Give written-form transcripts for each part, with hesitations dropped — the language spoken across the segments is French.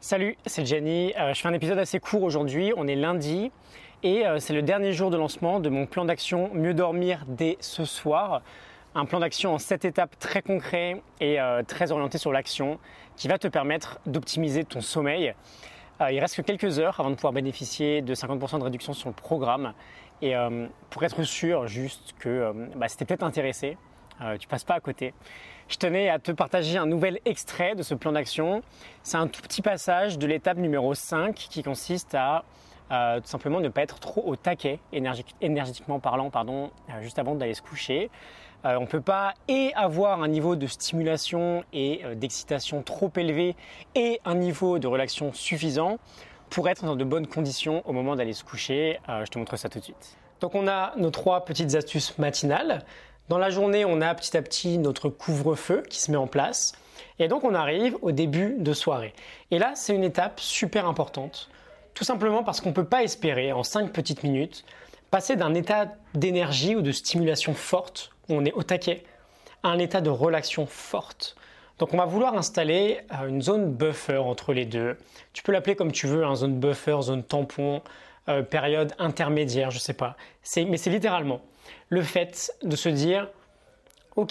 Salut, c'est Gianni. Je fais un épisode assez court aujourd'hui. On est lundi et c'est le dernier jour de lancement de mon plan d'action Mieux dormir dès ce soir. Un plan d'action en 7 étapes très concret et très orienté sur l'action qui va te permettre d'optimiser ton sommeil. Il reste que quelques heures avant de pouvoir bénéficier de 50% de réduction sur le programme. Et pour être sûr juste que si t'es peut-être intéressé, tu passes pas à côté. Je tenais à te partager un nouvel extrait de ce plan d'action. C'est un tout petit passage de l'étape numéro 5 qui consiste à tout simplement ne pas être trop au taquet, énergétiquement parlant, juste avant d'aller se coucher. On ne peut pas avoir un niveau de stimulation et d'excitation trop élevé et un niveau de relaxation suffisant pour être dans de bonnes conditions au moment d'aller se coucher. Je te montre ça tout de suite. Donc on a nos 3 petites astuces matinales. Dans la journée, on a petit à petit notre couvre-feu qui se met en place. Et donc on arrive au début de soirée. Et là, c'est une étape super importante. Tout simplement parce qu'on ne peut pas espérer en 5 petites minutes passer d'un état d'énergie ou de stimulation forte, où on est au taquet, à un état de relaxation forte. Donc on va vouloir installer une zone buffer entre les deux. Tu peux l'appeler comme tu veux, zone buffer, zone tampon, période intermédiaire, je sais pas. Mais c'est littéralement le fait de se dire ok,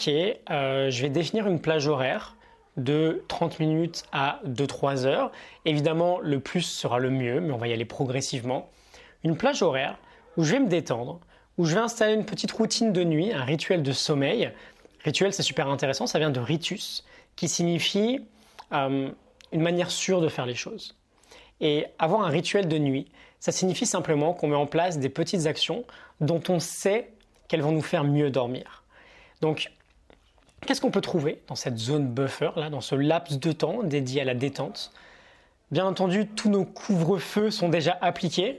je vais définir une plage horaire de 30 minutes à 2-3 heures. Évidemment, le plus sera le mieux, mais on va y aller progressivement. Une plage horaire où je vais me détendre, où je vais installer une petite routine de nuit, un rituel de sommeil. Rituel, c'est super intéressant, ça vient de ritus, qui signifie une manière sûre de faire les choses. Et avoir un rituel de nuit, ça signifie simplement qu'on met en place des petites actions dont on sait qu'elles vont nous faire mieux dormir. Donc, qu'est-ce qu'on peut trouver dans cette zone buffer, là, dans ce laps de temps dédié à la détente? Bien entendu, tous nos couvre-feux sont déjà appliqués.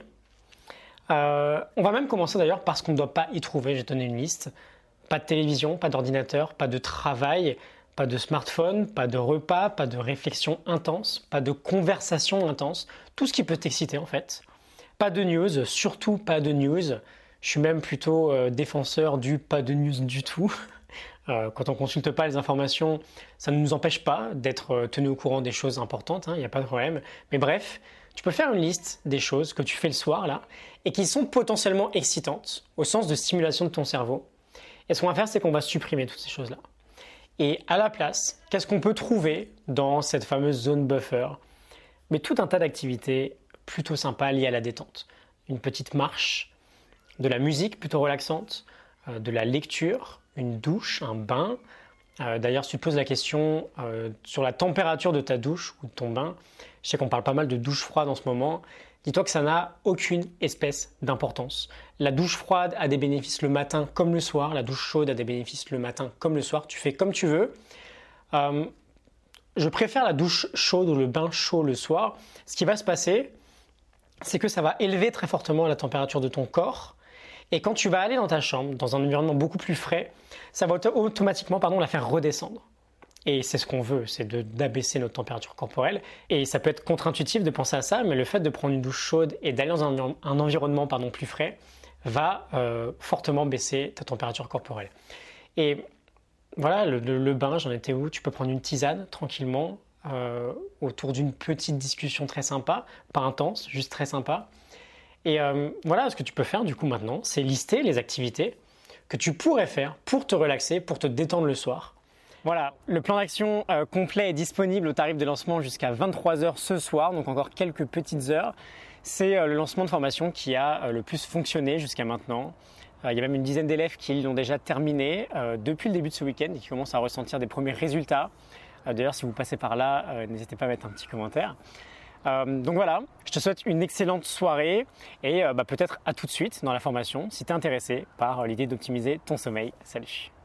On va même commencer d'ailleurs par ce qu'on ne doit pas y trouver. Je vais donner une liste. Pas de télévision, pas d'ordinateur, pas de travail, pas de smartphone, pas de repas, pas de réflexion intense, pas de conversation intense. Tout ce qui peut t'exciter en fait. Pas de news, surtout pas de news. Je suis même plutôt défenseur du pas de news du tout. Quand on ne consulte pas les informations, ça ne nous empêche pas d'être tenu au courant des choses importantes, il n'y a pas de problème. Mais bref, tu peux faire une liste des choses que tu fais le soir là et qui sont potentiellement excitantes au sens de stimulation de ton cerveau. Et ce qu'on va faire, c'est qu'on va supprimer toutes ces choses-là. Et à la place, qu'est-ce qu'on peut trouver dans cette fameuse zone buffer? Mais tout un tas d'activités plutôt sympas liées à la détente. Une petite marche, de la musique plutôt relaxante, de la lecture, une douche, un bain. D'ailleurs, si tu te poses la question sur la température de ta douche ou de ton bain, je sais qu'on parle pas mal de douche froide en ce moment, dis-toi que ça n'a aucune espèce d'importance. La douche froide a des bénéfices le matin comme le soir, la douche chaude a des bénéfices le matin comme le soir, tu fais comme tu veux. Je préfère la douche chaude ou le bain chaud le soir. Ce qui va se passer, c'est que ça va élever très fortement la température de ton corps. Et quand tu vas aller dans ta chambre, dans un environnement beaucoup plus frais, ça va automatiquement la faire redescendre. Et c'est ce qu'on veut, c'est d'abaisser notre température corporelle. Et ça peut être contre-intuitif de penser à ça, mais le fait de prendre une douche chaude et d'aller dans un environnement plus frais va fortement baisser ta température corporelle. Et voilà, le bain, j'en étais où? Tu peux prendre une tisane tranquillement autour d'une petite discussion très sympa, pas intense, juste très sympa. Et voilà, ce que tu peux faire du coup maintenant, c'est lister les activités que tu pourrais faire pour te relaxer, pour te détendre le soir. Voilà, le plan d'action complet est disponible au tarif de lancement jusqu'à 23h ce soir, donc encore quelques petites heures. C'est le lancement de formation qui a le plus fonctionné jusqu'à maintenant. Il y a même une dizaine d'élèves qui l'ont déjà terminé depuis le début de ce week-end et qui commencent à ressentir des premiers résultats. D'ailleurs, si vous passez par là, n'hésitez pas à mettre un petit commentaire. Donc voilà, je te souhaite une excellente soirée et peut-être à tout de suite dans la formation si tu es intéressé par l'idée d'optimiser ton sommeil. Salut!